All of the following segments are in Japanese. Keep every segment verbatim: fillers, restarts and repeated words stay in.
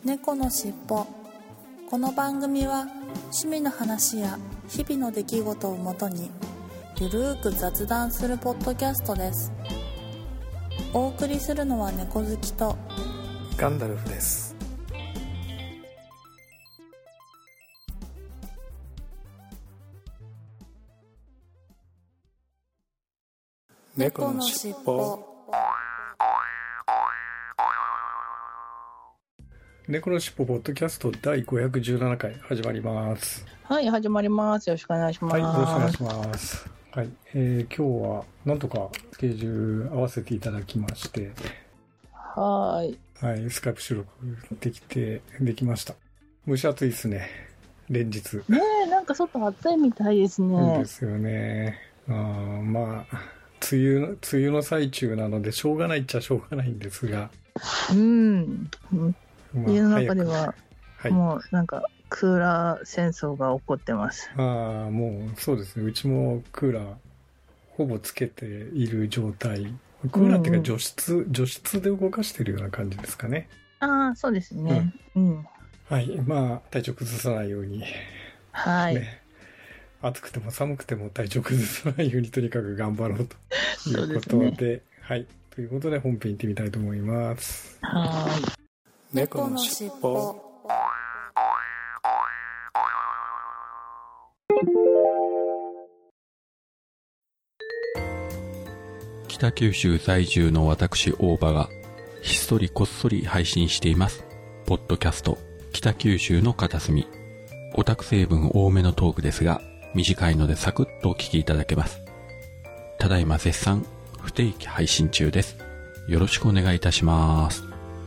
猫のしっぽ。この番組は趣味の話や日々の出来事をもとにゆるーく雑談するポッドキャストです。お送りするのは猫好きとガンダルフです。 猫のしっぽ。 猫のしっぽポッドキャストだいごひゃくじゅうななかい始まります。 はい、始まります。よろしくお願いします。 はい、よろしくお願いします。はい、えー、今日はなんとかスケジュール合わせていただきまして、 はい。 はい、スカイプ収録できてできました。蒸し暑いですね。連日。 ねえ、なんか外暑いみたいですね。 そうですよね。あー、まあ梅雨の梅雨の最中なのでしょうがないっちゃしょうがないんですが。 うん。まあ、家の中では、 はい、 もうなんかクーラー戦争が起こってます。 ああ、もうそうですね。うちもクーラーほぼつけている状態。クーラーっていうか除湿、うんうん、除湿で動かしてるような感じですかね。 ああ、そうですね。うん。うん、 はい。まあ体調崩さないように。 はい。 ね、暑くても寒くても体調崩さないようにとにかく頑張ろうということで、でね、はい。ということで本編行ってみたいと思います。 はい。 猫のしっぽ。 北九州在住の私大場がひっそりこっそり配信していますポッドキャスト北九州の片隅。オタク成分多めのトークですが短いのでサクッとお聞きいただけます。ただいま絶賛不定期配信中です。よろしくお願いいたします。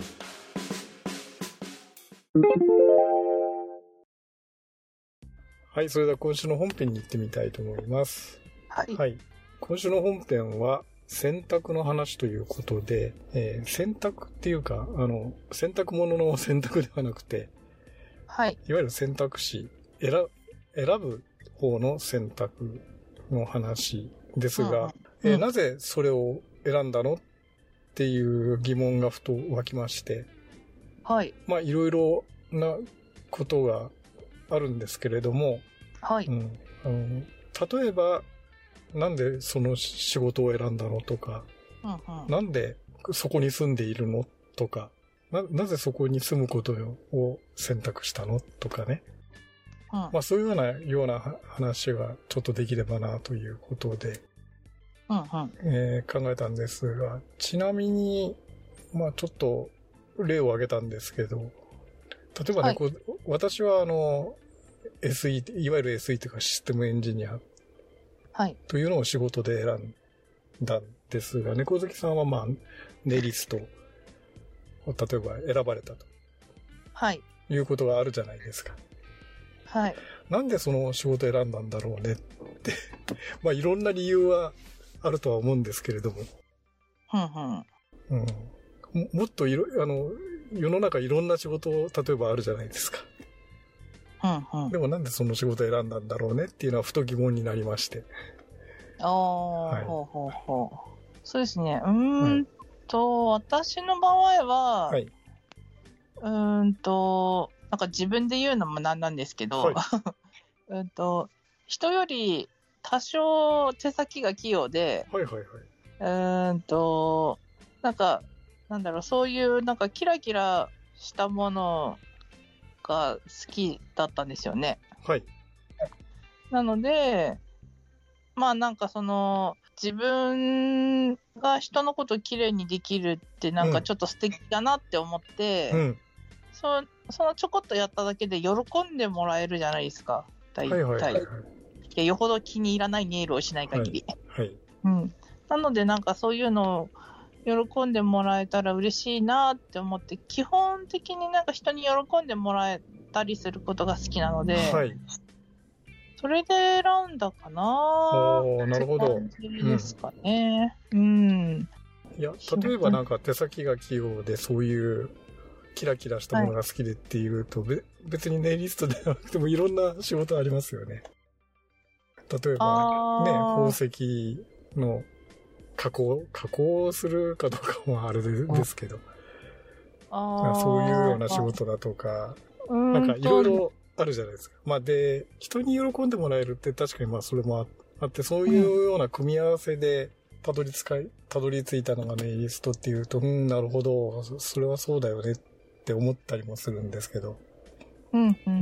はい、それでは今週の本編に行ってみたいと思います。 はい。 はい、今週の本編は洗濯の話ということで、えー、洗濯っていうか、あの、洗濯物の洗濯ではなくて、 はい。 いわゆる選択肢、選、選ぶ方の選択の話ですが、うんうん、えー、なぜそれを選んだのっていう疑問がふと湧きまして、 はい。 まあ、いろいろなことがあるんですけれども、 はい。 うん、あの例えば、なんでその仕事を選んだのとか、うんうん、なんでそこに住んでいるのとか、な、なぜそこに住むことを選択したのとかね。うん、まあそういうような、ような話がちょっとできればなということで、うんうんえー、考えたんですが、ちなみに、まあちょっと例を挙げたんですけど、例えばね、はい、こう私はあの、エスイー、いわゆる エスイー というかシステムエンジニアというのを仕事で選んだんですが、猫好きさんはまあ、ネイリストを例えば選ばれたと。はい。いうことがあるじゃないですか。はい。なんでその仕事を選んだんだろうねって。まあいろんな理由はあるとは思うんですけれども。うんうん。うん。も, もっといろ、あの、世の中いろんな仕事例えばあるじゃないですか。うんうん。でもなんでその仕事を選んだんだろうねっていうのはふと疑問になりまして。 ああ、はい、ほうほうほう。そうですね。うーんと、はい、私の場合は、はい、うーんと、なんか自分で言うのもなんなんですけど、はい、うんと、人より多少手先が器用で、はいはいはい、うーんと、なんか、なんだろう、そういうなんかキラキラしたものが好きだったんですよね。はい。なので、まあなんかその、自分が人のことをきれいにできるってなんかちょっと素敵だなって思って、うん、そ, そのちょこっとやっただけで喜んでもらえるじゃないですか。大体。はいはいはいはい、いやよほど気に入らないネイルをしない限り。はいはい、うん。なのでなんかそういうのを喜んでもらえたら嬉しいなって思って、基本的になんか人に喜んでもらえたりすることが好きなので、はい、それで選んだかなー。なるほど。ですかね。うん。うん、 いや、例えばなんか手先が器用でそういうキラキラしたものが好きでっていうと、はい、別にネイリストではなくてもいろんな仕事ありますよね。例えばね、宝石の加工、加工するかどうかもあれですけど。 あそういうような仕事だとか、なんかいろいろあるじゃないですか。まあで、人に喜んでもらえるって確かにまあそれもあって、そういうような組み合わせでたどり着かい、たどり着いたのがネイリストっていうと、うん、なるほど、それはそうだよねって思ったりもするんですけど。 うんうんうん。うん、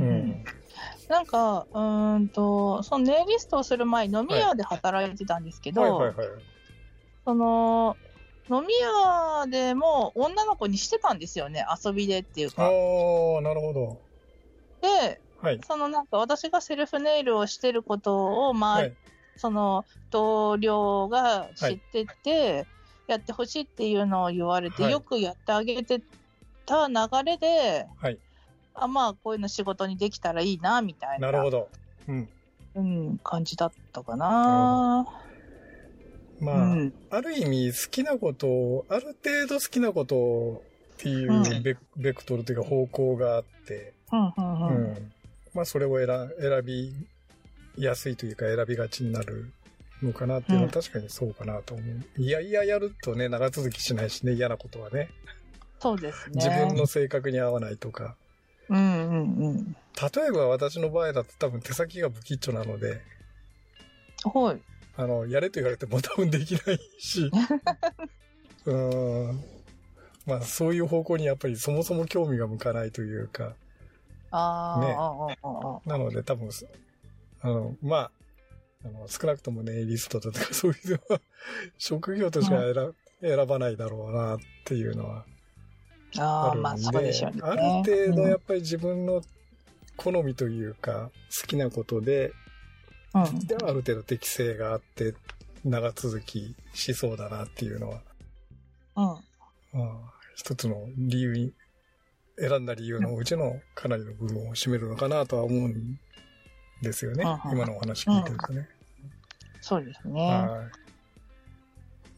なんか、うーんと、そのネイリストをする前、飲み屋で働いてたんですけど、はいはいはいはい、その、飲み屋でも女の子にしてたんですよね、遊びでっていうか。 ああ、なるほど。 で、はい、そのなんか私がセルフネイルをしてることを、まあ、はい、その同僚が知ってて、はい、やってほしいっていうのを言われて、はい、よくやってあげてた流れで、はい、あ、まあこういうの仕事にできたらいいな、みたいな。 なるほど。うん。 うん、感じだったかな。 まあ、うん、ある意味好きなことを、ある程度好きなことっていうベ、うん、ベクトルというか方向があって、うんうんうんうん、まあそれを選、選びやすいというか選びがちになるのかなっていうのは確かにそうかなと思う。うん、いやいややるとね、長続きしないしね、嫌なことはね。 そうですね。 自分の性格に合わないとか。 うんうんうん。 例えば私の場合だと多分手先が不吉祥なので。 はい。 あの、やれと言われても多分できないし。うーん。まあそういう方向にやっぱりそもそも興味が向かないというか。 ああ。 ね。 あなので多分、あの、まあ、あの少なくともネイリストだとかそういうのは職業としては選、うん、選ばないだろうなっていうのはあるんで、あ、まあそうでしょうね、ある程度やっぱり自分の好みというか好きなことで、うん、である程度適性があって長続きしそうだなっていうのは、うんまあ、一つの理由に選んだ理由のうちのかなりの部分を占めるのかなとは思うんですよね、うん、今のお話聞いてるとね、うん、 そうですね、 はい、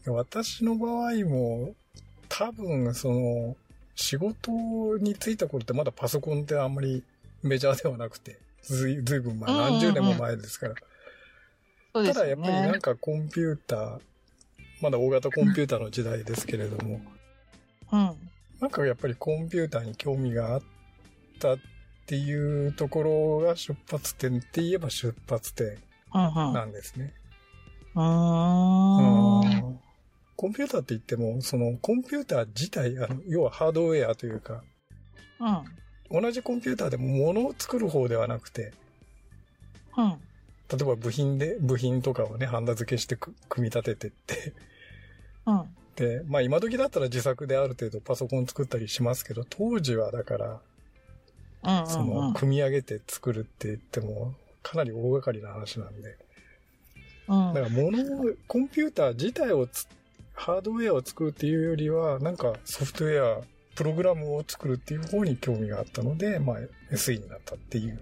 私の場合も多分その仕事に就いた頃ってまだパソコンってあんまりメジャーではなくてずい、ずいぶん前、何十年も前ですから、うんうんうん、ただやっぱりなんかコンピューター、まだ大型コンピューターの時代ですけれども、うん、なんかやっぱりコンピューターに興味があったっていうところが出発点って言えば出発点なんですね。うんうん、うんコンピューターって言っても、そのコンピューター自体、あの要はハードウェアというか、うん、同じコンピューターでも物を作る方ではなくて、うん、例えば部品で、部品とかをね、ハンダ付けして組み立ててって、うん、で、まあ今時だったら自作である程度パソコン作ったりしますけど、当時はだから、うんうんうん、その組み上げて作るって言っても、かなり大掛かりな話なんで、うん、だから物を、コンピューター自体をつハードウェアを作るっていうよりは、なんかソフトウェア、プログラムを作るっていう方に興味があったので、まあ エスイー になったっていう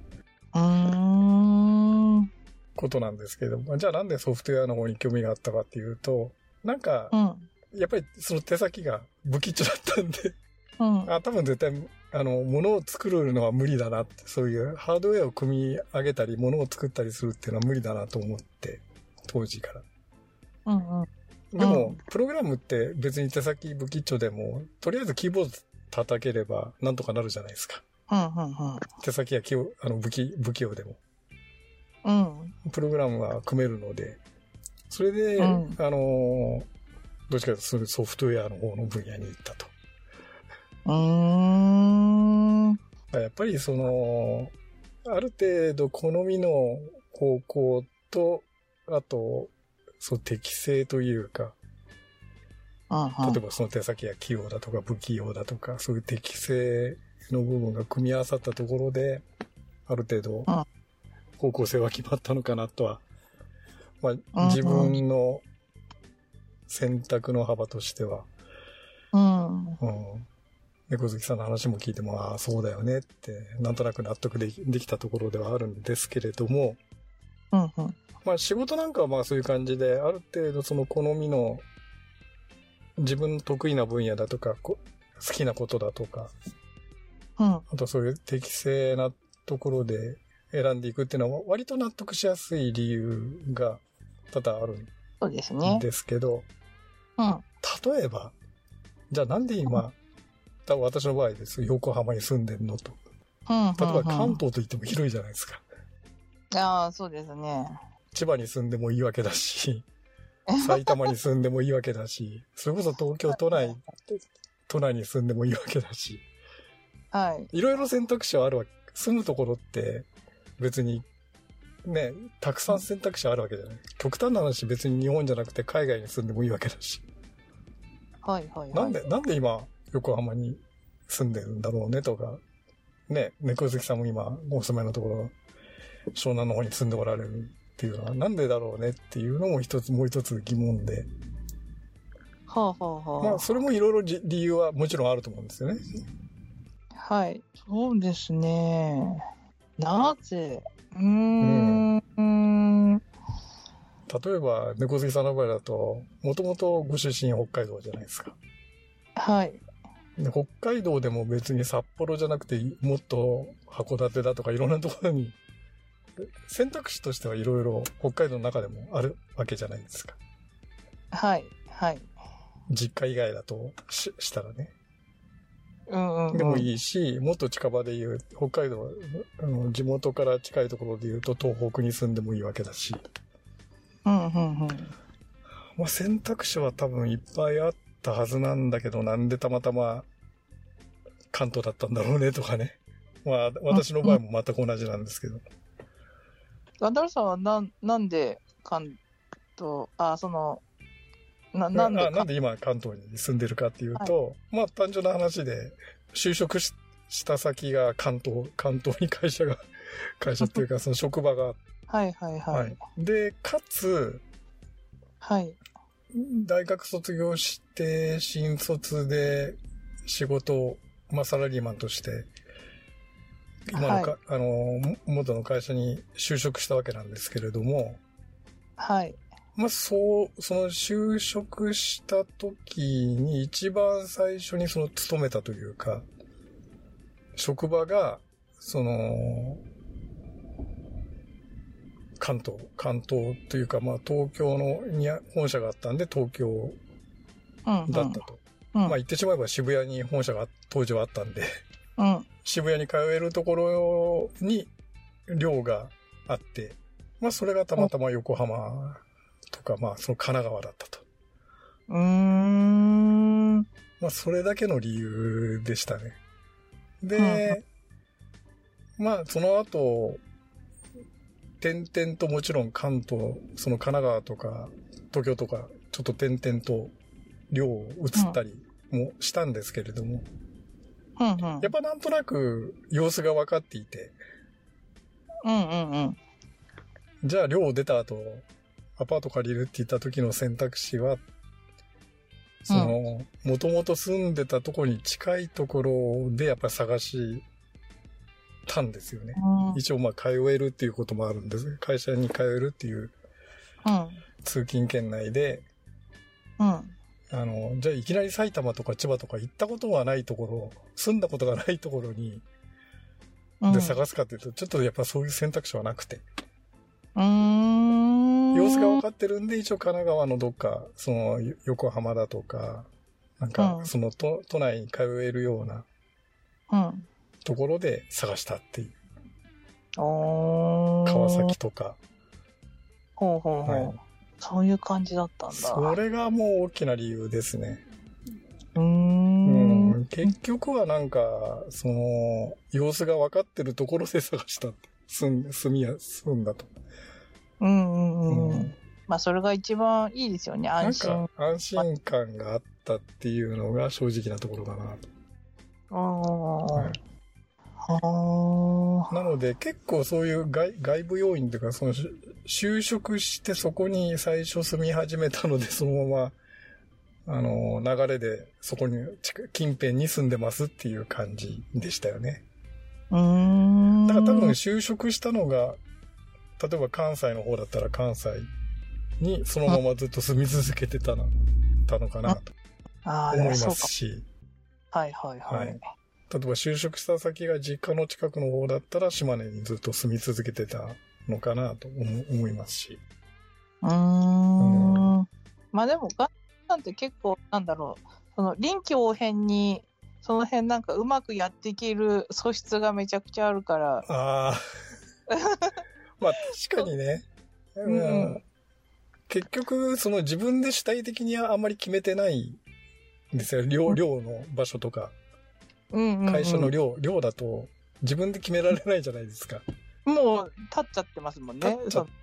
ことなんですけど、じゃあなんでソフトウェアの方に興味があったかっていうと、なんか、うん、やっぱりその手先が不吉祥だったんで、うん、あ多分絶対、あの、物を作るのは無理だなって、そういうハードウェアを組み上げたり、物を作ったりするっていうのは無理だなと思って、当時から。うんうんでも、うん、プログラムって別に手先不吉祥でも、とりあえずキーボード叩ければなんとかなるじゃないですか。うんうんうん、手先がきあの不器不器用でも、うん。プログラムは組めるので、それで、うん、あの、どっちかというとソフトウェアの方の分野に行ったと。うーん。やっぱりその、ある程度好みの方向と、あと、そう適性というか、例えばその手先が器用だとか不器用だとか、そういう適性の部分が組み合わさったところで、ある程度方向性は決まったのかなとは、まあ、自分の選択の幅としては、うんうん、猫好きさんの話も聞いても、ああそうだよねってなんとなく納得で き, できたところではあるんですけれども、うんうんまあ仕事なんかはまあそういう感じで、ある程度その好みの自分の得意な分野だとか、好きなことだとか、うん、あとそういう適正なところで選んでいくっていうのは割と納得しやすい理由が多々あるんですけど、うん、例えば、じゃあなんで今、 多分私の場合です。横浜に住んでんのと。 うんうんうん、 例えば関東といっても広いじゃないですか。 ああ、そうですね。 千葉に住んでもいいわけだし、埼玉に住んでもいいわけだし、それこそ東京都内、都内に住んでもいいわけだし、 はい。 いろいろ選択肢はあるわけ。住むところって別にね、たくさん選択肢あるわけじゃない。極端な話、別に日本じゃなくて海外に住んでもいいわけだし。 はいはいはい。 なんで、なんで今、横浜に住んでるんだろうねとか、ね、猫好きさんも今、お住まいのところ、湘南の方に住んでおられるっていうのは、なんでだろうねっていうのも一つ、もう一つ疑問で。 はあはあはあ。 まあ、それもいろいろ理由はもちろんあると思うんですよね。 はい。そうですね。なぜうーん。うん、 例えば、猫好きさんの場合だと、もともとご出身北海道じゃないですか。 はい。 で北海道でも別に札幌じゃなくて、もっと函館だとかいろんなところに、選択肢としてはいろいろ北海道の中でもあるわけじゃないですか。 はい。はい。 実家以外だと し, したらね。 うんうんうん、 でもいいし、もっと近場で言う、北海道、あの地元から近いところで言うと東北に住んでもいいわけだし。 うんうんうん。 まあ選択肢は多分いっぱいあったはずなんだけど、なんでたまたま関東だったんだろうねとかね。まあ私の場合も全く同じなんですけど。 ガンダルさんはな、なんで関東、あ、その、な、なんであなんで今関東に住んでるかっていうと、はい、まあ単純な話で、就職し、した先が関東、関東に会社が、会社っていうかその職場が、 はいはいはい。はい、 で、かつ、 はい。 大学卒業して、新卒で仕事を、まあサラリーマンとして、今のか、はい、あの、元の会社に就職したわけなんですけれども、 はい。 まあ、そう、その就職した時に一番最初にその勤めたというか、職場が、その、関東、関東というか、まあ、東京のに本社があったんで東京だったと。うんうん、まあ、言ってしまえば渋谷に本社が当時はあったんで、 うん、 渋谷に通えるところに寮があって、まあ、それがたまたま横浜とか、まあ、その神奈川だったと。 うーん。 まあ、それだけの理由でしたね。で、うん、まあ、その後、点々ともちろん関東、その神奈川とか、東京とか、ちょっと点々と寮を移ったりもしたんですけれども、 うんうん、 やっぱなんとなく様子が分かっていて、 うんうんうん、 じゃあ寮を出た後、アパート借りるって言った時の選択肢は、その、もともと住んでたところに近いところでやっぱり探したんですよね。うん、一応まあ通えるっていうこともあるんです。会社に通えるっていう、通勤圏内で、 うん、 あの、じゃあいきなり埼玉とか千葉とか行ったことがないところ、住んだことがないところに、で探すかっていうと、ちょっとやっぱそういう選択肢はなくて。 うーん、 様子が分かってるんで、一応神奈川のどっか、その横浜だとか、なんかその都、都内に通えるようなところで探したっていう。 うん、 川崎とか。 ほうほうほう、はい、そういう感じだったんだ。 それがもう大きな理由ですね。 うーん、 うん、結局はなんか、その、様子が分かってるところで探したって。住ん、住みや、住んだと。 うんうんうん。うん、まあそれが一番いいですよね、安心。 なんか安心感があったっていうのが正直なところだなと。 ああ、はい。 はあ。なので結構そういう外、外部要因というか、その就職してそこに最初住み始めたので、そのまま、あの、流れでそこに、近辺に住んでますっていう感じでしたよね。 うーん。 だから多分就職したのが、例えば関西の方だったら関西にそのままずっと住み続けてたの、たのかなと思いますし。 はいはいはい。はい、例えば就職した先が実家の近くの方だったら島根にずっと住み続けてたのかなと思いますし。 うーん。うん、まあでもガンさんって結構なんだろう、その臨機応変にその辺なんかうまくやっていける素質がめちゃくちゃあるから。 ああ。まあ確かにね。うんうん、結局、その自分で主体的にはあんまり決めてないんですよ。量、量の場所とか。 うんうんうん、 会社の量、量だと自分で決められないじゃないですか。 もう立っちゃってますもんね。 立っちゃって、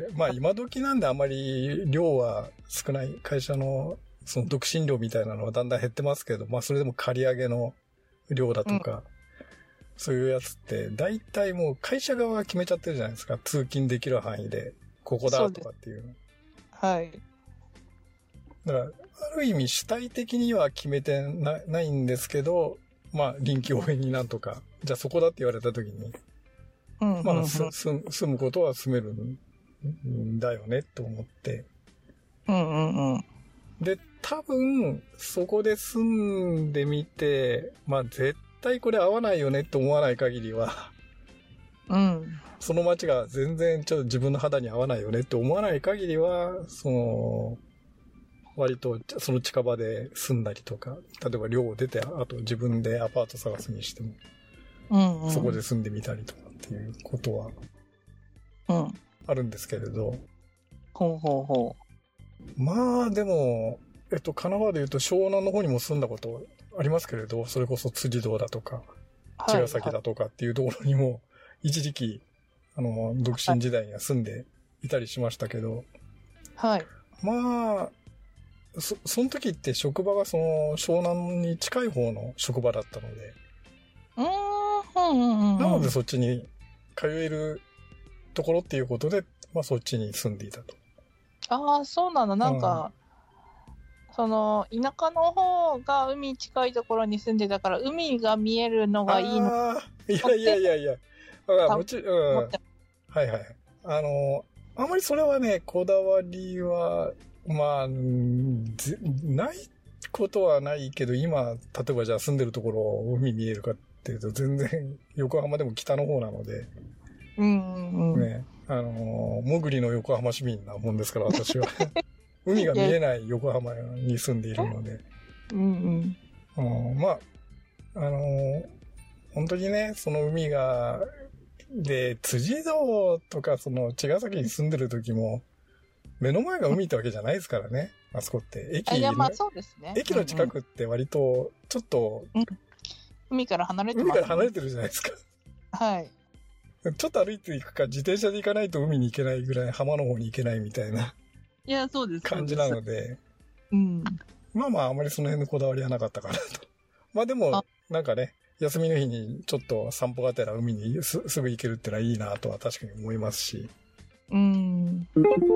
まあ今時なんであまり量は少ない。会社のその独身量みたいなのはだんだん減ってますけど、まあそれでも借り上げの量だとか、うん、そういうやつって大体もう会社側が決めちゃってるじゃないですか。通勤できる範囲でここだとかっていうの。 はい。 だからある意味主体的には決めて な, ないんですけど、まあ臨機応変になんとか、じゃあそこだって言われた時に、 うんうんうん、 まあすす住むことは住めるんだよねと思って。 うんうんうん。 で、多分そこで住んでみて、まあ絶対これ合わないよねと思わない限りは、 うん。 その街が全然ちょっと自分の肌に合わないよねって思わない限りは、その、割とその近場で住んだりとか、例えば寮を出て、あと自分でアパート探すにしても、 うんうん、 そこで住んでみたりとかっていうことは、あるんですけれど、 うん、ほうほうほう。まあでも、えっと、神奈川で言うと湘南の方にも住んだことありますけれど、それこそ辻堂だとか、茅ヶ崎だとかっていうところにも、一時期、あの、独身時代には住んでいたりしましたけど、 はい。 まあ、そ、その時って職場がその湘南に近い方の職場だったので、 うーん、うんうんうん、 なのでそっちに通えるところっていうことで、まあそっちに住んでいたと。 ああ、そうなの。なんか、うん、その、田舎の方が海近いところに住んでたから、海が見えるのがいいの。 ああ、いやいやいやいや。あもちうん。はいはい。あの、あまりそれはね、こだわりは、まあ、ないことはないけど、今、例えばじゃあ住んでるところ、海見えるかっていうと、全然、横浜でも北の方なので、 うんうんうん。 ね、あの、もぐりの横浜市民なもんですから、私は。海が見えない横浜に住んでいるので。 うんうん。 うん、まあ、あの、本当にね、その海が、で、辻堂とか、その、茅ヶ崎に住んでる時も、目の前が海ってわけじゃないですからね、あそこって。駅の、 いやまあそうですね、 駅の近くって割と、ちょっと、 うんうん、海から離れてます、 ね、海から離れてるじゃないですか。 はい。 ちょっと歩いていくか、自転車で行かないと海に行けないぐらい、浜の方に行けないみたいな。 いや、そうです。 感じなので。 うん。 まあまあ、あまりその辺のこだわりはなかったかなと。まあでも、なんかね、休みの日にちょっと散歩がてら海に す, すぐ行けるってのはいいなとは確かに思いますし。 うん。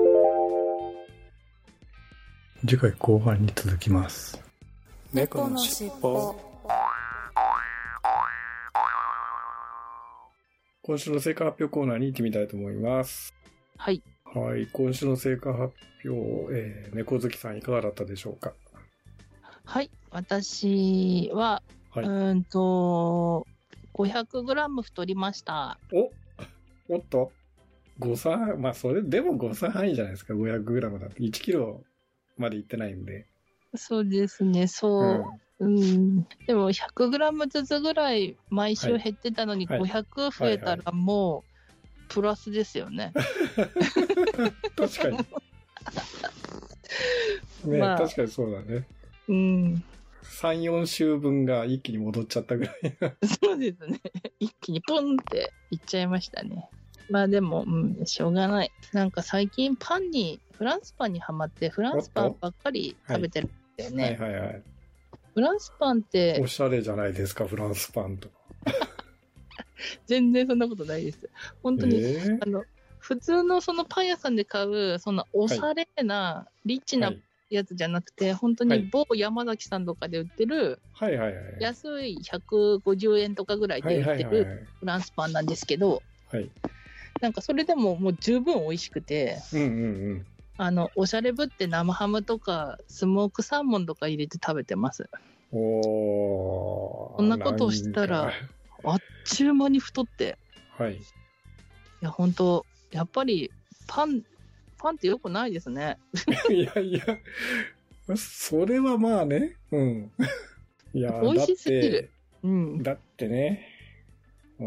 次回後半に続きます。 猫のしっぽ。 今週の成果発表コーナーに行ってみたいと思います。 はい。 はい。今週の成果発表、えー、猫好きさんいかがだったでしょうか。 はい。私は、はい、うんと、ごひゃくグラム 太りました。 おおっとごさい、まあそれでもごさいはんいじゃないですか。ごひゃくグラム だっていちキロまでいってないんで。 そうですね、そう。うん、うん、でも ひゃくグラム ずつぐらい毎週減ってたのに、ごひゃく増えたらもうプラスですよね。 確かに。ね、まあ、確かにそうだね。 うん。 さん、よんしゅうぶんが一気に戻っちゃったぐらい。 そうですね。一気にポンっていっちゃいましたね。まあでも、うん、しょうがない。なんか最近パンに、フランスパンにハマって、フランスパンばっかり食べてるんだよね。 はい、はいはいはい。 フランスパンって。 おしゃれじゃないですか、フランスパンとか。 全然そんなことないです。本当に、えー、あの、普通のそのパン屋さんで買う、そのおしゃれな、リッチな、はいやつじゃなくて、本当に某山崎さんとかで売ってる、 はいはいはい、 安いひゃくごじゅうえんとかぐらいで売ってるフランスパンなんですけど、 はい、 なんかそれでももう十分美味しくて、 うんうんうん、 あのおしゃれぶって生ハムとかスモークサーモンとか入れて食べてます。 おー、 こんなことをしたらあっちゅう間に太って、 はい、いや本当やっぱりパンパンって良くないですね。 いやいや、それはまあね。うん。 いや美味しすぎる。 うん。だってね、うん、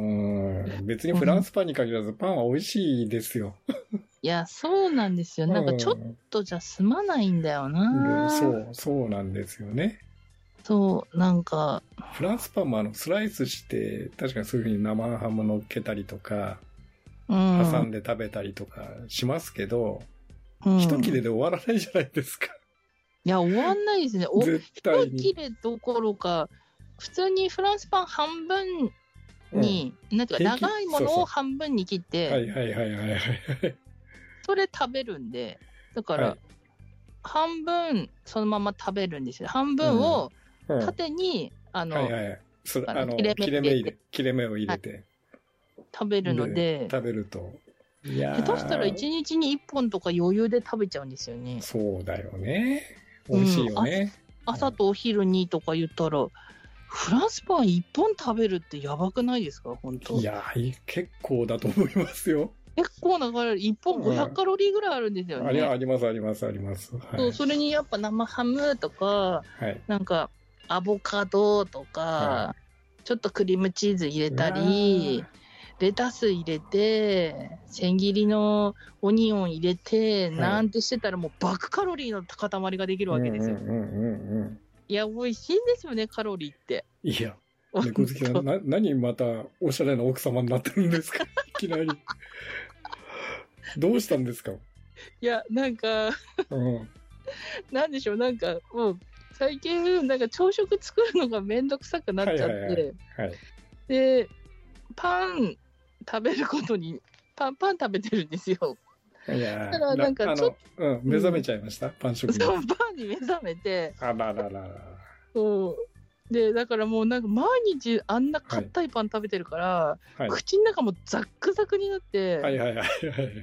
別にフランスパンに限らずパンは美味しいですよ。 いや、そうなんですよ。なんかちょっとじゃ済まないんだよな、 うん、そう、そうなんですよね。 そう、なんか。 フランスパンもあの、スライスして、確かにそういうふうに生ハム乗っけたりとか、うん、挟んで食べたりとかしますけど、うん、一切れで終わらないじゃないですか。 いや、終わんないですね。絶対に。一切れどころか、普通にフランスパン半分に、うん、なんていうか、長いものを半分に切って、 はいはいはいはいはい。 それ食べるんで、だから、はい、半分そのまま食べるんですよ。半分を縦に、うん、あの、はいはいはい、 それあの切れ目入れ切れ目を入れて、はい、 食べるので、 食べると。 いや下手したらいちにちにいっぽんとか余裕で食べちゃうんですよね。 そうだよね。美味しいよね。 うん、朝とお昼にとか言ったら、フランスパンいっぽん食べるってやばくないですか、本当。 いや、結構だと思いますよ。 結構なカロリー、いっぽんごひゃくカロリーぐらいあるんですよね。 うん、ありありますありますあります。はい、 そう、それにやっぱ生ハムとか、はい、なんかアボカドとか、はい、ちょっとクリームチーズ入れたり、レタス入れて、千切りのオニオン入れて、はい、なんてしてたらもう爆カロリーの塊ができるわけですよ。うんうんうんうん、いや、美味しいんですよね、カロリーって。 いや、猫好きさん、な何またおしゃれな奥様になってるんですかいきなり。どうしたんですか？ いや、なんか、うん、なんでしょう、なんかもう最近、なんか朝食作るのがめんどくさくなっちゃって、はいはいはいはい、で、パン食べることに、パン、パン食べてるんですよ。 いやだからなんかちょっと、うん、目覚めちゃいました、うん、パン食に。 そう、パンに目覚めて。 あらららら。 そう。で、だからもうなんか毎日あんな硬いパン食べてるから、はい、口の中もザックザクになって、はいはいはいはい。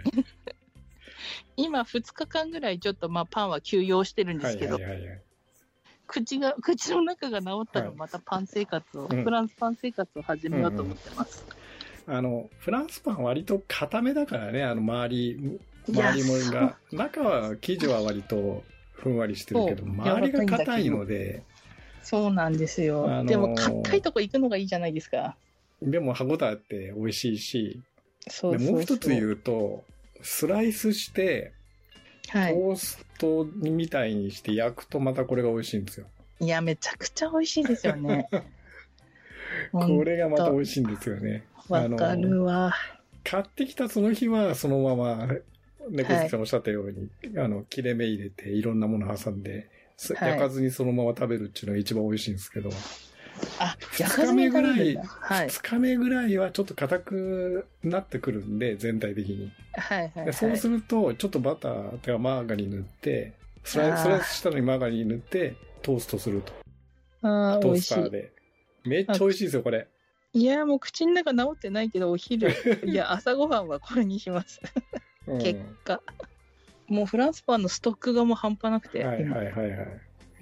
今ふつかかんぐらいちょっとまあパンは休養してるんですけど、はいはいはいはい、口が、口の中が治ったらまたパン生活を、はい、フランスパン生活を始めようと思ってます。 うんうん、あの、フランスパン割と固めだからね、あの周り、周りもが、中は生地は割とふんわりしてるけど、周りが硬いので、 そうなんですよ。あのー、でも、硬いとこ行くのがいいじゃないですか。 でも、歯ごたえって美味しいし、そうそうそう、もう一つ言うと、スライスして、はい、トーストみたいにして焼くとまたこれが美味しいんですよ。 いや、めちゃくちゃ美味しいですよね。 これがまた美味しいんですよね。 わかるわ。 買ってきたその日は、そのまま、猫好きさんおっしゃったように、はい、あの、切れ目入れて、いろんなもの挟んで、はい、焼かずにそのまま食べるっていうのが一番美味しいんですけど、 あ、 二日目ぐらい、はい、二日目ぐらいはちょっと硬くなってくるんで、全体的に。 はいはい、はい、 でそうすると、ちょっとバターとかマーガリン塗って、スライス、スライスしたのにマーガリン塗って、トーストすると。 あトースターで。めっちゃ美味しいですよ、これ。 いや、もう口の中治ってないけど、お昼、いや、朝ごはんはこれにします。結果。うん、もうフランスパンのストックがもう半端なくて。 はいはいはいはい。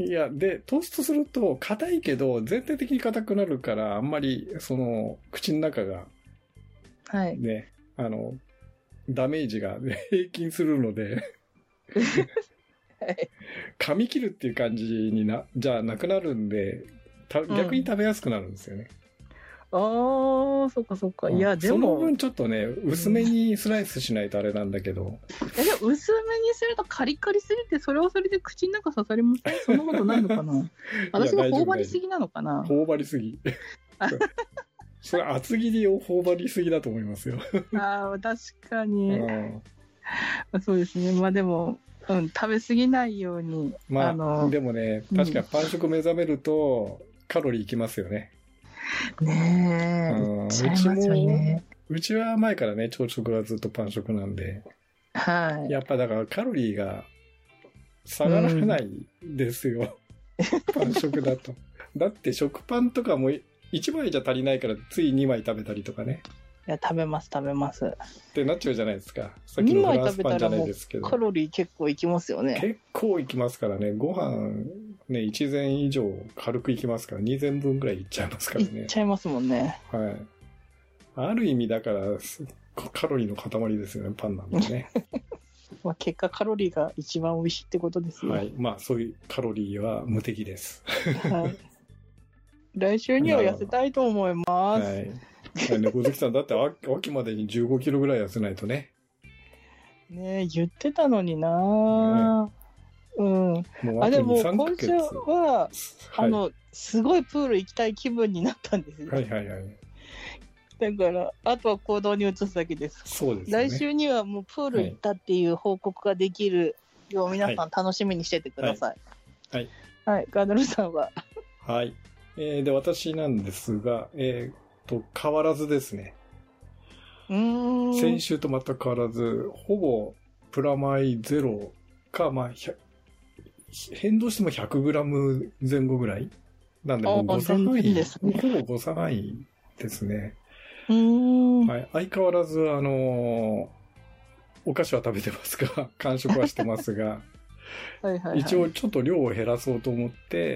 いや、で、トーストすると硬いけど、全体的に硬くなるから、あんまり、その、口の中が、 はい。 ね、あの、ダメージが、ね、平均するので、はい、噛み切るっていう感じにな、じゃなくなるんで、た逆に食べやすくなるんですよね。 うん、ああ、そっかそっか。うん、いや、でも。 その分ちょっとね、薄めにスライスしないとあれなんだけど。 え、でも薄めにするとカリカリすぎて、それはそれで口の中刺さりません？そんなことないのかな私が頬張りすぎなのかな頬張りすぎ。それ厚切りを頬張りすぎだと思いますよ。 ああ、確かに。そうですね。まあでも、うん、食べ過ぎないように。 まあ、あのでもね、確かにパン食目覚めると、カロリーいきますよね。 ねえ、うん、うちも、 うちは前からね、朝食はずっとパン食なんで、 はい。 やっぱだからカロリーが下がらないですよ。うん、パン食だと。だって食パンとかもいちまいじゃ足りないからついにまい食べたりとかね。 いや、食べます食べます。 ってなっちゃうじゃないですか。さっきのフランスパンじゃないですけど。 カロリー結構いきますよね。 結構いきますからね。ご飯ね、いち膳以上軽くいきますから、に膳分ぐらいいっちゃいますからね。 いっちゃいますもんね。 はい。ある意味だから、カロリーの塊ですよね、パンなんでね。 まあ結果カロリーが一番美味しいってことですよ。 はい。まあそういうカロリーは無敵です。はい。 来週には痩せたいと思います。はい。 猫好きさん、だって秋までにじゅうごキロぐらい痩せないとね。 ねえ、言ってたのにな、ね、うん。あ、でも今週は、はい、あの、すごいプール行きたい気分になったんですよ。 はいはいはい。 だから、あとは行動に移すだけです。 そうですね。 来週にはもうプール行ったっていう報告ができるよう、皆さん楽しみにしててください。 はい。 はい。はい、ガードルさんは。 はい。えー、で、私なんですが、えー、と、変わらずですね。 うーん。 先週と全く変わらず、ほぼプラマイゼロか、まあ、変動しても ひゃくグラム 前後ぐらいなんで、もう誤差範囲、ね、ほぼ誤差範囲ですね。 うーん。 はい。相変わらず、あのー、お菓子は食べてますが、完食はしてますが、 はいはい、はい、 一応ちょっと量を減らそうと思って、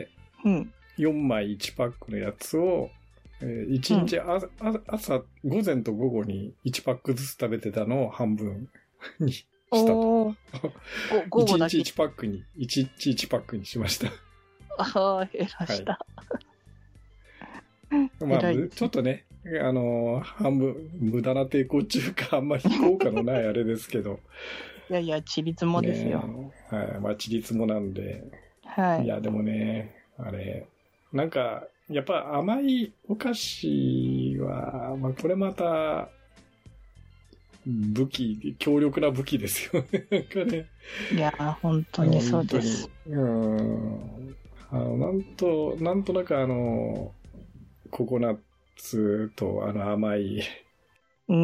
うん、 よんまいいちパックのやつを、えー、いちにち、うん、ああ朝、午前と午後にいちパックずつ食べてたのを半分にしたと。いちにちいちパックに、いちにちいちパックにしました。 ああ、減らした。 はい、まあ、ちょっとね、あのー、半分、無駄な抵抗っていうか、あんまり効果のないあれですけど。 いやいや、ちりつもですよ。 ね、はい。まあ、ちりつもなんで。 はい。 いや、でもね、あれ、なんか、やっぱ甘いお菓子は、まあ、これまた、武器、強力な武器ですよね。なんかね。 いや、本当にそうです。 うん。あの、なんと、なんとなくあの、ココナッツとあの甘い、 うん。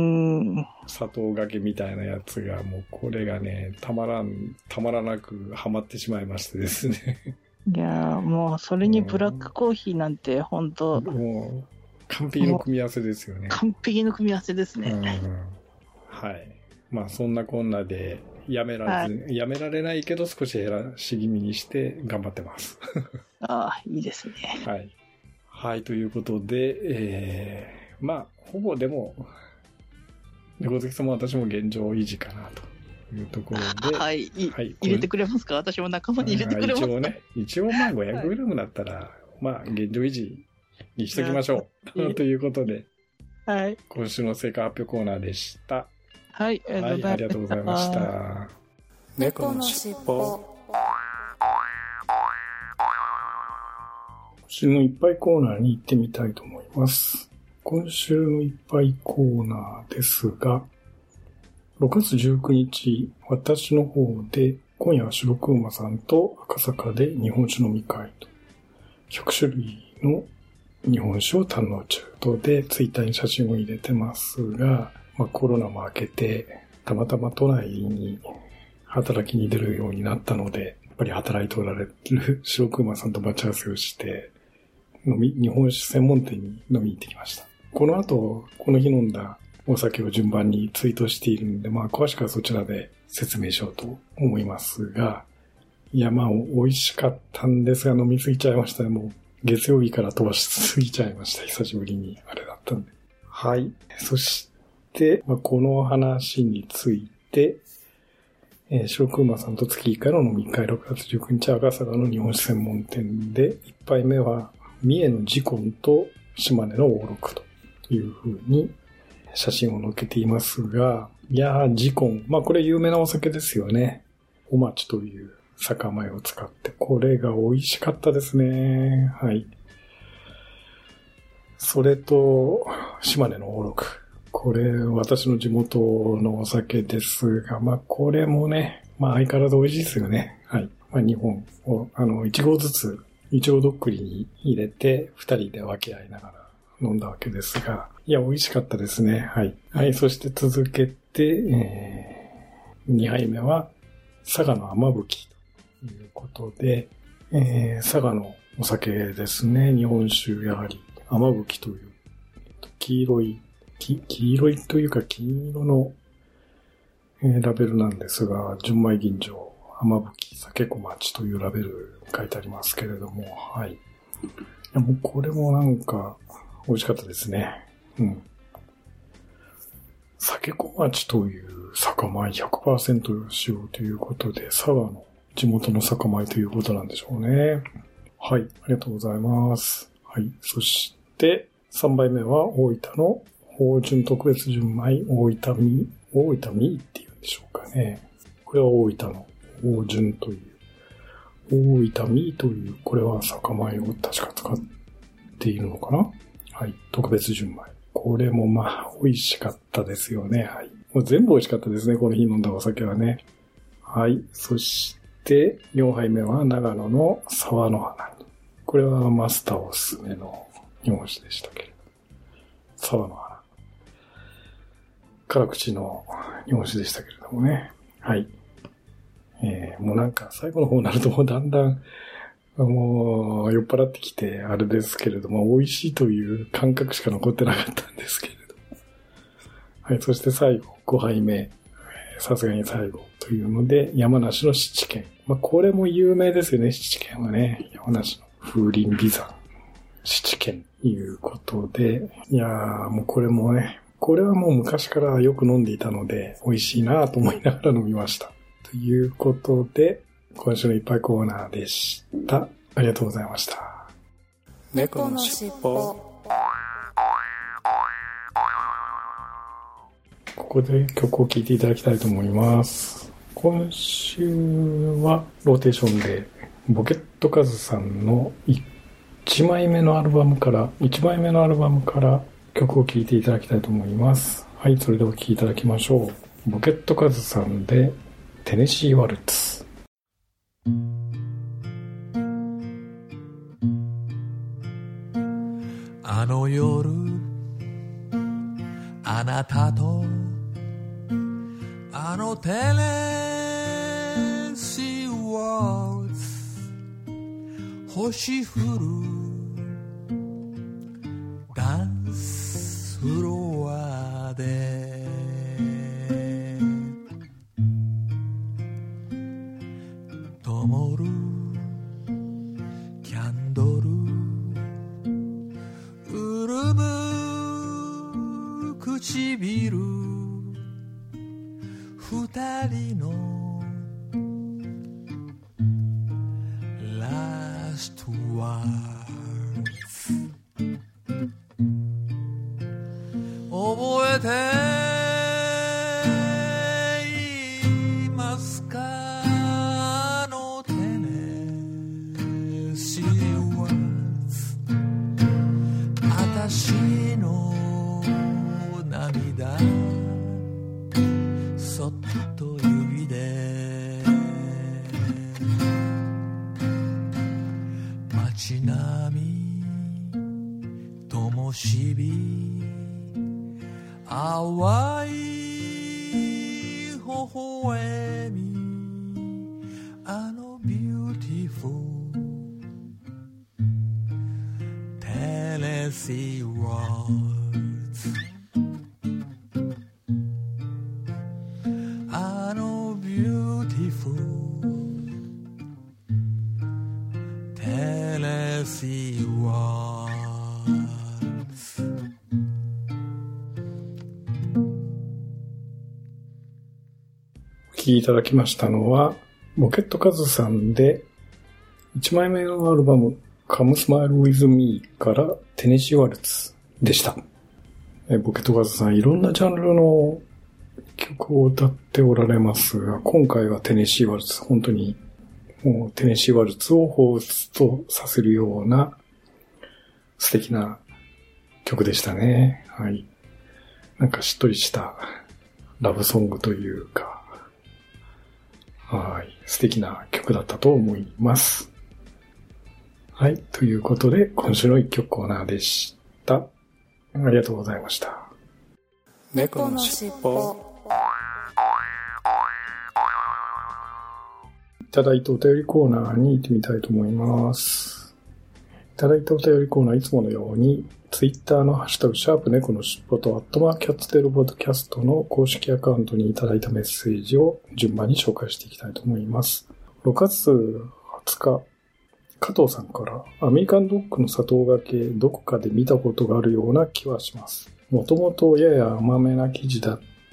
砂糖がけみたいなやつが、もうこれがね、たまらん、たまらなくハマってしまいましてですね。 いやもうそれにブラックコーヒーなんて本当、 もう完璧の組み合わせですよね。 完璧の組み合わせですね。 うん、はい。まあそんなこんなでやめられず、はい、やめられないけど少し減らし気味にして頑張ってます。 ああ、いいですね。 はい。はい、ということで、えー、まあほぼでも猫好きさんも私も現状維持かなと。いうところで、 はい、はい、入れてくれますか？私も仲間に入れてくれますか？ 一応ね、一応まあ ごひゃくグラム だったら、はい、まあ現状維持にしときましょう。ということで、 はい、 今週の成果発表コーナーでした。 はい、 はい、ありがとうございました。 猫のしっぽ。 今週のいっぱいコーナーに行ってみたいと思います。今週のいっぱいコーナーですが、ろくがつじゅうくにち、私の方で、今夜は白く馬さんと赤坂で日本酒飲み会と、ひゃくしゅるいの日本酒を堪能中とで、ツイッターに写真を入れてますが、まあ、コロナも明けて、たまたま都内に働きに出るようになったので、やっぱり働いておられる白く馬さんと待ち合わせをして、飲み、日本酒専門店に飲みに行ってきました。この後、この日飲んだお酒を順番にツイートしているので、まあ詳しくはそちらで説明しようと思いますが、いやまあ美味しかったんですが飲みすぎちゃいましたね。もう月曜日から飛ばしすぎちゃいました。久しぶりにあれだったんで。はい。そして、まあ、この話について、えー、白く馬さんと月いっかいの飲み会ろくがつじゅうくにち赤坂の日本酒専門店で、いっぱいめは三重のジコンと島根のオーロクというふうに写真を載っけていますが、いやー、ジコン。まあこれ有名なお酒ですよね。お町という酒米を使って、これが美味しかったですね。はい。それと、島根のオーロク。これ、私の地元のお酒ですが、まあこれもね、まあ相変わらず美味しいですよね。はい。まあにほんを、あの、いちごうずつ、いちごどっくりに入れて、ふたりで分け合いながら飲んだわけですが、いや、美味しかったですね。はい。はい、そして続けて、えー、にはいめは、佐賀の甘吹ということで、えー、佐賀のお酒ですね。日本酒、やはり、甘吹という、黄色い、黄色いというか金色の、えー、ラベルなんですが、純米吟醸、甘吹、酒小町というラベル書いてありますけれども、はい。いやもうこれもなんか、美味しかったですね。うん。酒小町という酒米 ひゃくパーセント 使用ということで、佐賀の地元の酒米ということなんでしょうね。はい、ありがとうございます。 はい。そして、さんばいめは大分の芳醇特別純米大分み、大分みっていうんでしょうかね。これは大分の芳醇という、大分みという、これは酒米を確か使っているのかな。はい。特別純米。これもまあ、美味しかったですよね。はい。もう全部美味しかったですね。この日飲んだお酒はね。はい。そして、よんはいめは長野の沢の花。これはマスターおすすめの日本酒でしたけれど。沢の花。辛口の日本酒でしたけれどもね。はい。えー、もうなんか最後の方になるともうだんだん、もう酔っ払ってきてあれですけれども、美味しいという感覚しか残ってなかったんですけれど。はい。そして最後、ごはいめ。さすがに最後というので、山梨の七軒。まあ、これも有名ですよね、七軒はね。山梨の風林美山。七軒ということで。いやー、もうこれもね、これはもう昔からよく飲んでいたので、美味しいなと思いながら飲みました。ということで、今週のいっぱいコーナーでした。ありがとうございました。 猫のしっぽ。 ここで曲を聴いていただきたいと思います。今週はローテーションでボケットカズさんのいちまいめのアルバムからいちまいめのアルバムから曲を聴いていただきたいと思います。はい、それでは聴いていただきましょう。ボケットカズさんでテネシーワルツ。 あの夜あなたとあのテネシーワルツ星降るダンスフロアで灯るキャンドル潤む唇二人のラストワーズ覚えていますかあのテネシーワーズ私の涙そっと指で街並み灯火淡い微笑みあのビューティフルテネシーワーズあのビューティフルテネシーワーズお聴きいただきましたのはボケットカズさんでいちまいめのアルバムCome Smile With Me からテネシーワルツでした。ボケットカズさんいろんなジャンルの曲を歌っておられますが、今回はテネシーワルツ、本当にもうテネシーワルツを彷彿とさせるような素敵な曲でしたね。はい。なんかしっとりしたラブソングというか、はい。素敵な曲だったと思います。はい。ということで、今週の一曲コーナーでした。ありがとうございました。 猫のしっぽ。 いただいたお便りコーナーに行ってみたいと思います。いただいたお便りコーナーいつものように、ツイッターのハッシュタグ、シャープ猫のしっぽと、アットマーキャッツテルボードキャストの公式アカウントにいただいたメッセージを順番に紹介していきたいと思います。ろくがつはつか、加藤さんから、アメリカンドッグの砂糖がけ、どこかで見たことがあるような気はします。もともとやや甘めな生地だっ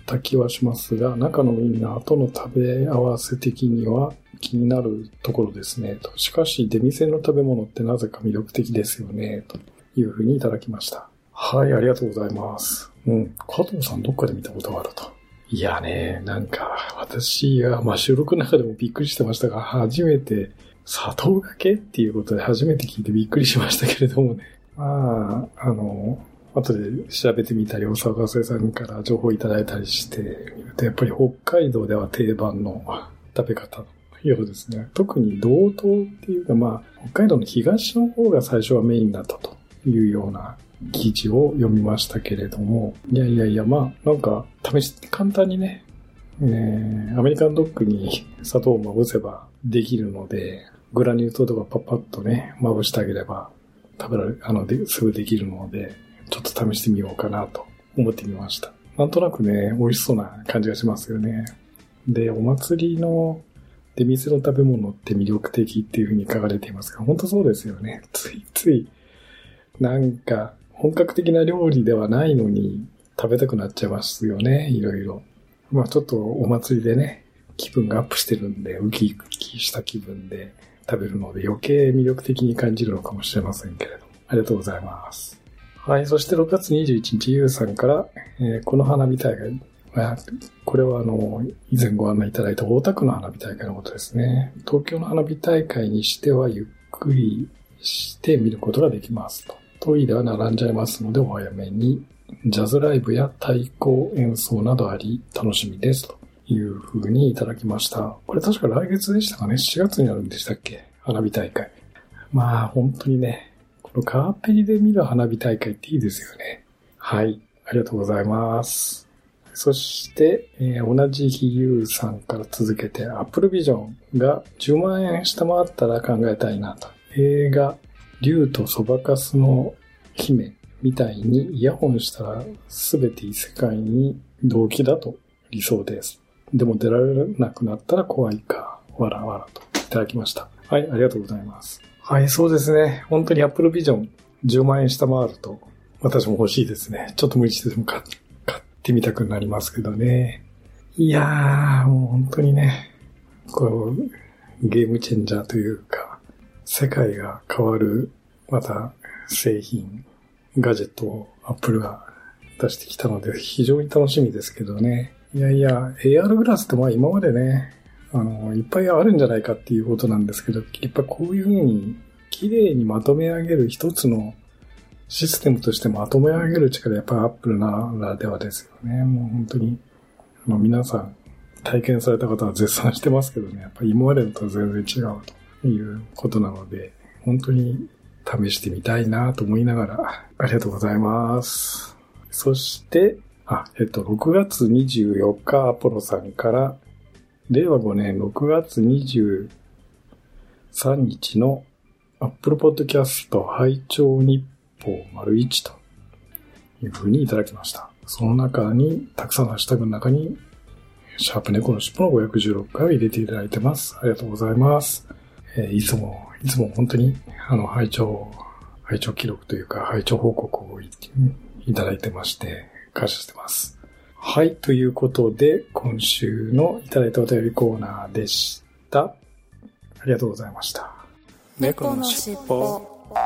た気はしますが、中のウインナーとの食べ合わせ的には気になるところですね。としかし、出店の食べ物ってなぜか魅力的ですよね。というふうにいただきました。はい、ありがとうございます。うん。加藤さんどっかで見たことがあると。いやね、なんか、私は、まあ、収録の中でもびっくりしてましたが、初めて、砂糖がけっていうことで初めて聞いてびっくりしましたけれどもね。まあ、あの、後で調べてみたり、大沢学生さんから情報いただいたりしてみると、やっぱり北海道では定番の食べ方のようですね。特に道東っていうか、まあ、北海道の東の方が最初はメインだったというような記事を読みましたけれども、いやいやいや、まあ、なんか、試し、簡単にね、えー、アメリカンドッグに砂糖をまぶせばできるので、グラニュー糖とかパッパッとね、まぶしてあげれば食べられる、あの、で、すぐできるので、ちょっと試してみようかなと思ってみました。なんとなくね、美味しそうな感じがしますよね。で、お祭りの出店の食べ物って魅力的っていう風に書かれていますが、本当そうですよね。ついつい、なんか、本格的な料理ではないのに食べたくなっちゃいますよね、いろいろ。まあちょっとお祭りでね、気分がアップしてるんで、ウキウキした気分で食べるので余計魅力的に感じるのかもしれませんけれども。ありがとうございます。はい、そしてろくがつにじゅういちにち、ゆうさんから、えー、この花火大会、これはあの、以前ご案内いただいた大田区の花火大会のことですね。東京の花火大会にしてはゆっくりして見ることができますと。トイレは並んじゃいますのでお早めに。ジャズライブや太鼓演奏などあり楽しみですという風にいただきました。これ確か来月でしたかね。しちがつになるんでしたっけ、花火大会。まあ本当にね、このカーペリで見る花火大会っていいですよね。はい、ありがとうございます。そして、えー、同じ日ゆうさんから続けて Apple Vision がじゅうまんえん下回ったら考えたいなと。映画竜とそばかすの姫みたいにイヤホンしたらすべて異世界に同期だと理想です。でも出られなくなったら怖いか、わらわらといただきました。はい、ありがとうございます。はい、そうですね。本当に Apple Vision じゅうまんえん下回ると私も欲しいですね。ちょっと無理してでも買ってみたくなりますけどね。いやー、もう本当にね、こう、ゲームチェンジャーというか、世界が変わる、また製品、ガジェットを Apple が出してきたので非常に楽しみですけどね。いやいや、エーアール グラスってまあ今までね、あの、いっぱいあるんじゃないかっていうことなんですけど、やっぱこういう風に綺麗にまとめ上げる一つのシステムとしてまとめ上げる力、やっぱり Apple ならではですよね。もう本当に、あの皆さん体験された方は絶賛してますけどね、やっぱり今までのとは全然違うということなので、本当に試してみたいなと思いながら、ありがとうございます。そして、あ、えっと、ろくがつにじゅうよっか、アポロさんから、れいわごねんろくがつにじゅうさんにちの Apple Podcast 拝聴日報丸いちという風にいただきました。その中に、たくさんのハッシュタグの中に、シャープ猫のしっぽのごひゃくじゅうろっかいを入れていただいてます。ありがとうございます。えー、いつも、いつも本当に、あの、拝聴、拝聴記録というか、拝聴報告をいただいてまして、感謝してます。はい、ということで、今週のいただいたお便りコーナーでした。ありがとうございました。 猫のしっぽ。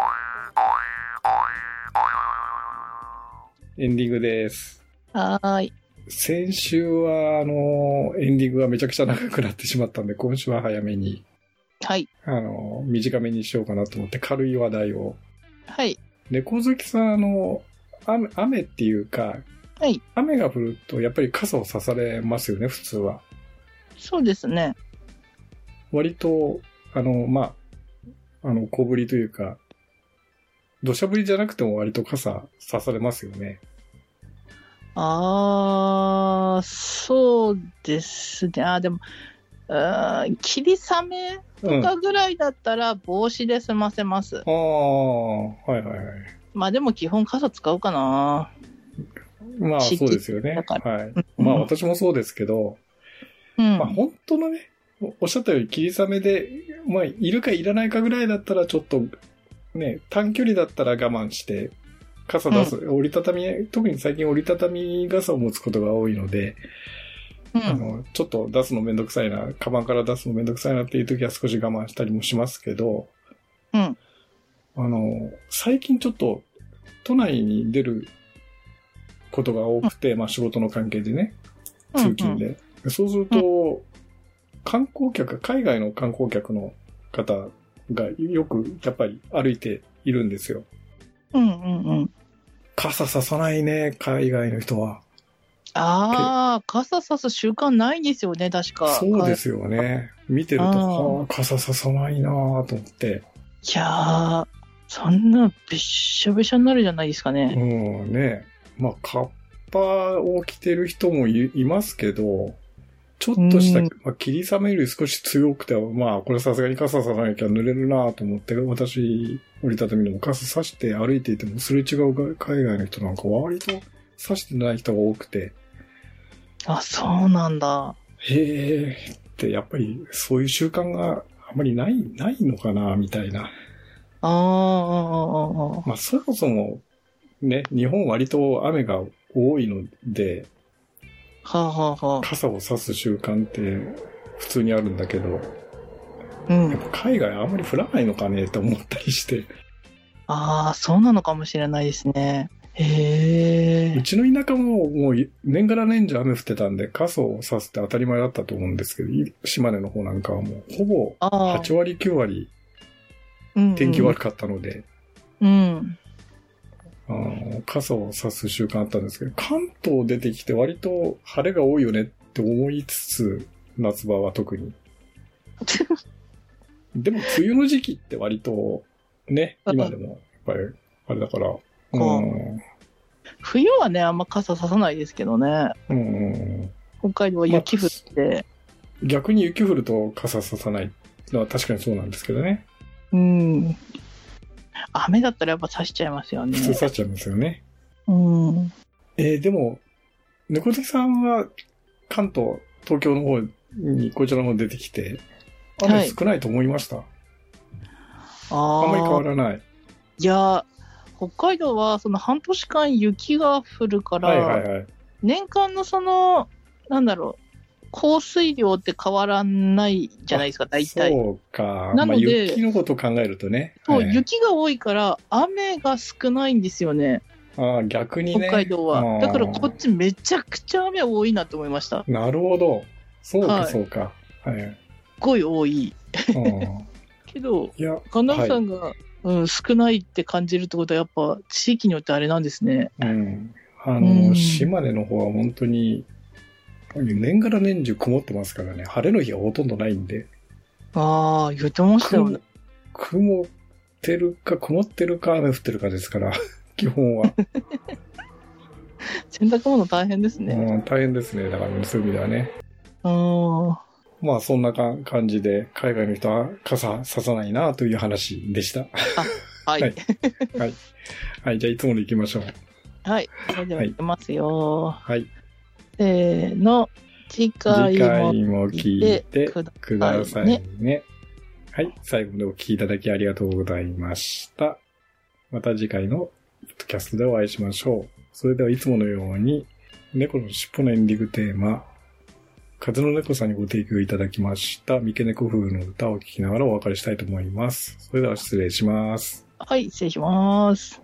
エンディングです。 はーい。 先週は、あの、エンディングがめちゃくちゃ長くなってしまったんで、今週は早めに。 はい。 あの、短めにしようかなと思って軽い話題を。 はい。 猫好きさん、あの、雨、雨っていうか、 はい。 雨が降るとやっぱり傘を差されますよね、普通は。 そうですね。 割と、あの、まあ、あの、小降りというか、土砂降りじゃなくても割と傘差されますよね。 あー、そうですね。あ、でも、うーん、霧雨とかぐらいだったら帽子で済ませます。うん、 ああ、はいはいはい。 まあでも基本傘使うかな。 まあそうですよね。はい。まあ私もそうですけど、うん、まあ本当のね、おっしゃったように霧雨で、まあいるかいらないかぐらいだったらちょっとね、短距離だったら我慢して傘出す、うん、折りたたみ、特に最近折りたたみ傘を持つことが多いので、うん、あの、ちょっと出すのめんどくさいな、カバンから出すのめんどくさいなっていう時は少し我慢したりもしますけど、 うん。 あの、最近ちょっと都内に出ることが多くて、うん、まあ仕事の関係でね、通勤で。うんうん、そうすると、うん、観光客、海外の観光客の方がよくやっぱり歩いているんですよ。 うんうんうん。 傘ささないね、海外の人は。 ああ、傘さす習慣ないんですよね、確か。 そうですよね。見てると、はあ、傘ささないなぁと思って。 いやー、そんなびっしょびしょになるじゃないですかね。 うんね。まあ、カッパを着てる人も い, いますけど、ちょっとした、まあ、霧雨より少し強くて、まあ、これさすがに傘ささなきゃ濡れるなぁと思って、私、折りたたみでも傘さして歩いていても、すれ違う海外の人なんか割とさしてない人が多くて。 あ、そうなんだ。 へえって、やっぱりそういう習慣があまりない、ないのかな、みたいな。 ああ、 まあ、そもそも、ね、日本割と雨が多いので、 はあはあはあ、 傘を差す習慣って普通にあるんだけど、 うん、 やっぱ海外あんまり降らないのかねと思ったりして。 ああ、そうなのかもしれないですね。へえ。 うちの田舎ももう年がら年中雨降ってたんで、傘を差すって当たり前だったと思うんですけど、島根の方なんかはもうほぼはちわりきゅうわり天気悪かったので、 うん、うんあの傘を差す習慣あったんですけど、関東出てきて割と晴れが多いよねって思いつつ、夏場は特に。でも梅雨の時期って割とね、今でもやっぱりあれだから、うん、 冬はね、あんま傘差さないですけどね。 うん、 北海道は雪降って、 まあ。逆に雪降ると傘差さないのは確かにそうなんですけどね。 うん。雨だったらやっぱ差しちゃいますよね。 普通差しちゃいますよね。 うん。 えー、でも、猫好きさんは関東、東京の方にこちらの方出てきて、雨少ないと思いました、はい、あ, あんまり変わらない。 いや、北海道はその半年間雪が降るから、 はいはいはい、 年間のその、なんだろう、降水量って変わらないじゃないですか、大体。 そうか。 なので、まあ、 雪のことを考えるとね。 そう、はい、雪が多いから雨が少ないんですよね。 ああ、逆にね。 北海道は。だからこっちめちゃくちゃ雨多いなと思いました。 なるほど。そうか、そうか。はい。すっごい多い。けど、神田さんが、はい、うん、少ないって感じるってことはやっぱ地域によってあれなんですね。 うん。あの、うん、島根の方は本当に、年がら年中曇ってますからね。晴れの日はほとんどないんで。 ああ、言ってましたよね。 曇ってるか、曇ってるか、雨降ってるかですから、基本は。 洗濯物大変ですね。 うん、大変ですね。だから、ね、そういう意味ではね。 あまあ、そんなか感じで、海外の人は傘ささないなという話でした。 あ、はい。はい。 はい。はい、じゃあ、いつもの行きましょう。 はい。それでは行きますよ。 はい。 せーの、次回も聞いてくださいね。ねはい。最後までお聞きいただきありがとうございました。また次回のポッドキャストでお会いしましょう。それではいつものように、猫のしっぽのエンディングテーマ、風の猫さんにご提供いただきました、三毛猫風の歌を聴きながらお別れしたいと思います。それでは失礼します。 はい、失礼します。